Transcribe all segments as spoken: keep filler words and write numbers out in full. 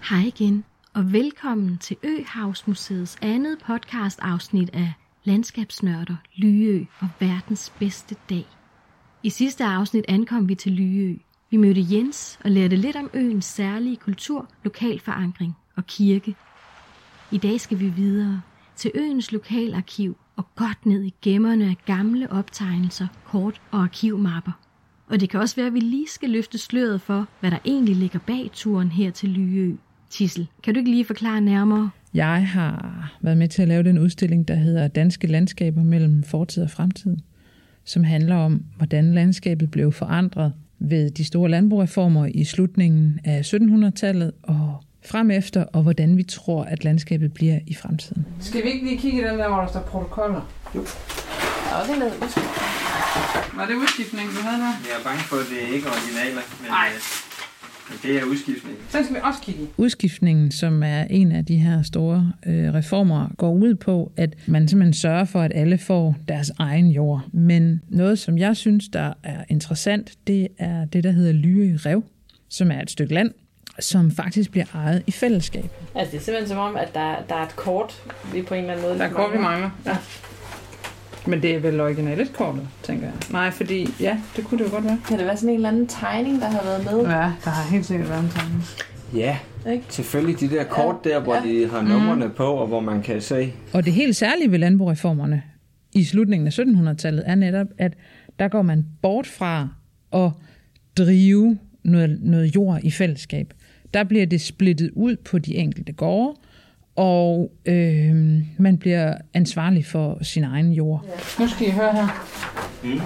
Hej igen, og velkommen til Øhavsmuseets andet podcast-afsnit af Landskabsnørder, Lyø og verdens bedste dag. I sidste afsnit ankom vi til Lyø. Vi mødte Jens og lærte lidt om øens særlige kultur, lokalforankring og kirke. I dag skal vi videre til øens lokalarkiv og godt ned i gemmerne af gamle optegnelser, kort og arkivmapper. Og det kan også være, at vi lige skal løfte sløret for, hvad der egentlig ligger bag turen her til Lyø. Tissel, kan du ikke lige forklare nærmere? Jeg har været med til at lave den udstilling, der hedder Danske landskaber mellem fortid og fremtid, som handler om, hvordan landskabet blev forandret ved de store landbrugsreformer i slutningen af syttenhundredetallet og fremefter, og hvordan vi tror, at landskabet bliver i fremtiden. Skal vi ikke lige kigge i den der, hvor der står protokoller? Jo. Der er også en, der hedder udskiftning. Var det udskiftning, du havde der? Jeg er bange for, at det er ikke originaler, men, øh, men det er udskiftning. Så skal vi også kigge i. Udskiftningen, som er en af de her store øh, reformer, går ud på, at man simpelthen sørger for, at alle får deres egen jord. Men noget, som jeg synes, der er interessant, det er det, der hedder Lyø Rev, som er et stykke land, som faktisk bliver ejet i fællesskab. Altså det er simpelthen som om, at der, der er et kort, vi på en eller anden måde... Der er et kort, vi mangler. Ja. Men det er vel originalt kortet, tænker jeg. Nej, fordi ja, det kunne det jo godt være. Kan det være sådan en eller anden tegning, der har været med? Ja, der har helt sikkert været en tegning. Ja, ikke? Selvfølgelig de der kort ja. der, hvor ja. de har numrene mm. på, og hvor man kan se. Og det helt særlige ved landbrugsreformerne i slutningen af syttenhundredetallet er netop, at der går man bort fra at drive noget, noget jord i fællesskab. Der bliver det splittet ud på de enkelte gårde, og øh, man bliver ansvarlig for sin egen jord. Ja. Nu skal I høre her. Mm.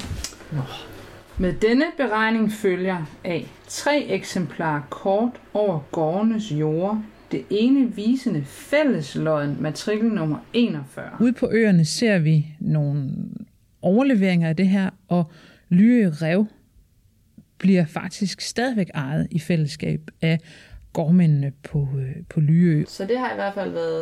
Med denne beregning følger af tre eksemplarer kort over gårdenes jorder. Det ene visende fælleslodden matrikelnummer enogfyrre. Ude på øerne ser vi nogle overleveringer af det her, og Lyø Rev bliver faktisk stadigvæk ejet i fællesskab af gårdmændene på, øh, på Lyø. Så det har i hvert fald været...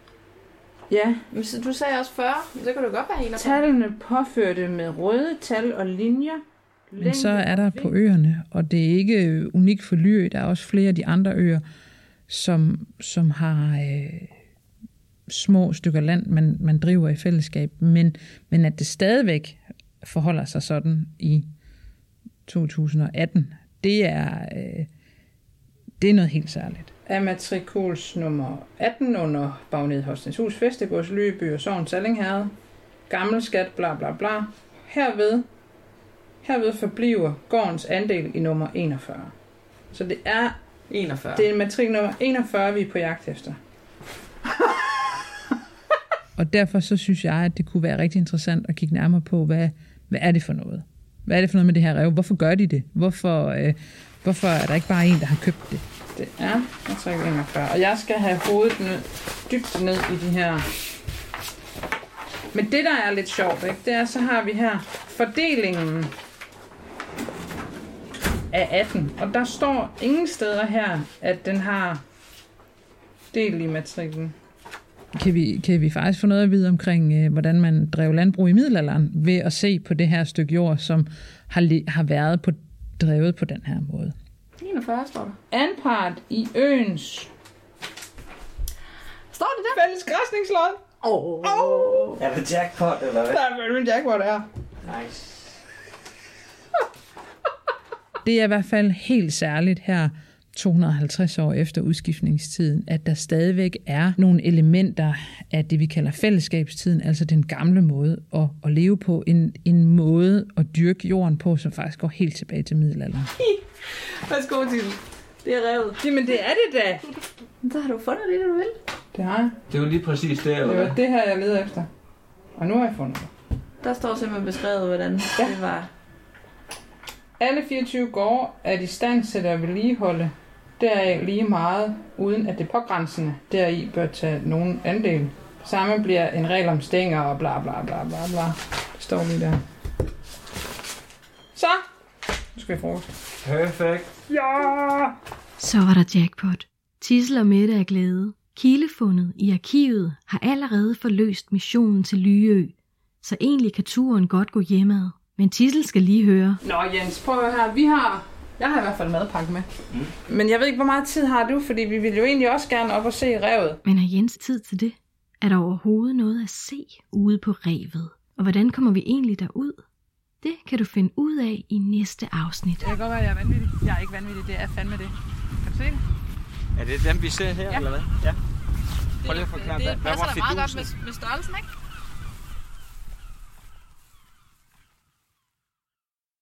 Ja. Men du sagde også fyrre, så kan det godt være en af tallene påførte med røde tal og linjer. Men så er der på øerne, og det er ikke unikt for Lyø, der er også flere af de andre øer, som, som har øh, små stykker land, man, man driver i fællesskab, men, men at det stadigvæk forholder sig sådan i to tusind og atten, det er... Øh, Det er noget helt særligt. Af matrikuls nummer atten under Bagnede Holstenshus Fæstegårds Lyøby og Sogn Sallingherred. Gammel skat, bla bla bla. Herved, herved forbliver gårdens andel i nummer enogfyrre. Så det er enogfyrre. Det er matrik nummer enogfyrre, vi er på jagt efter. Og derfor så synes jeg, at det kunne være rigtig interessant at kigge nærmere på, hvad, hvad er det for noget? Hvad er det for noget med det her rev? Hvorfor gør de det? Hvorfor... Øh, Hvorfor er der ikke bare en, der har købt det? Det er matrikel enogfyrre, og jeg skal have hovedet ned, dybt ned i de her. Men det, der er lidt sjovt, ikke, det er, så har vi her fordelingen af atten. Og der står ingen steder her, at den har del i matriklen. Kan vi, kan vi faktisk få noget at vide omkring, øh, hvordan man drev landbrug i middelalderen, ved at se på det her stykke jord, som har, har været på drevet på den her måde. enogfyrre står der. Anpart i øens... Står det der? Fælles græsningslod. Åh. Oh. Oh. Er det jackpot, eller hvad? Der er vel en jackpot her. Nice. Det er i hvert fald helt særligt her, to hundrede og halvtreds år efter udskiftningstiden, at der stadigvæk er nogle elementer af det, vi kalder fællesskabstiden, altså den gamle måde at, at leve på, en, en måde at dyrke jorden på, som faktisk går helt tilbage til middelalderen. Værsgo til. Det er revet. Jamen det er det da. Så har du fundet det, du vil. Det har jeg. Det var lige præcis det, eller Det var det her, jeg leder efter. Og nu har jeg fundet det. Der står simpelthen beskrevet, hvordan ja. det var. Alle fireogtyve gårde er i stand til at vedligeholde deraf lige meget, uden at det pågrænsende deri bør tage nogen andel. Samme bliver en regel om stænger og bla bla bla bla bla. Det står lige der. Så! Nu skal vi frokost. Perfekt. Ja! Så var der jackpot. Tissel og Mette er glade. Kildefundet i arkivet har allerede forløst missionen til Lyø, så egentlig kan turen godt gå hjemad. Men Tissel skal lige høre. Nå Jens, prøv at høre her. Vi har Jeg har i hvert fald madpakke med. Mm. Men jeg ved ikke, hvor meget tid har du, fordi vi vil jo egentlig også gerne op og se revet. Men har Jens tid til det? Er der overhovedet noget at se ude på revet? Og hvordan kommer vi egentlig derud? Det kan du finde ud af i næste afsnit. Det kan godt være, at jeg er vanvittig. Jeg er ikke vanvittig, det er fandme det. Kan du se det? Er det dem, vi ser her, ja. Eller hvad? Ja. Prøv lige at forklare, det, hvad, det hvad var passer da meget godt fidusen? med, med størrelsen, ikke?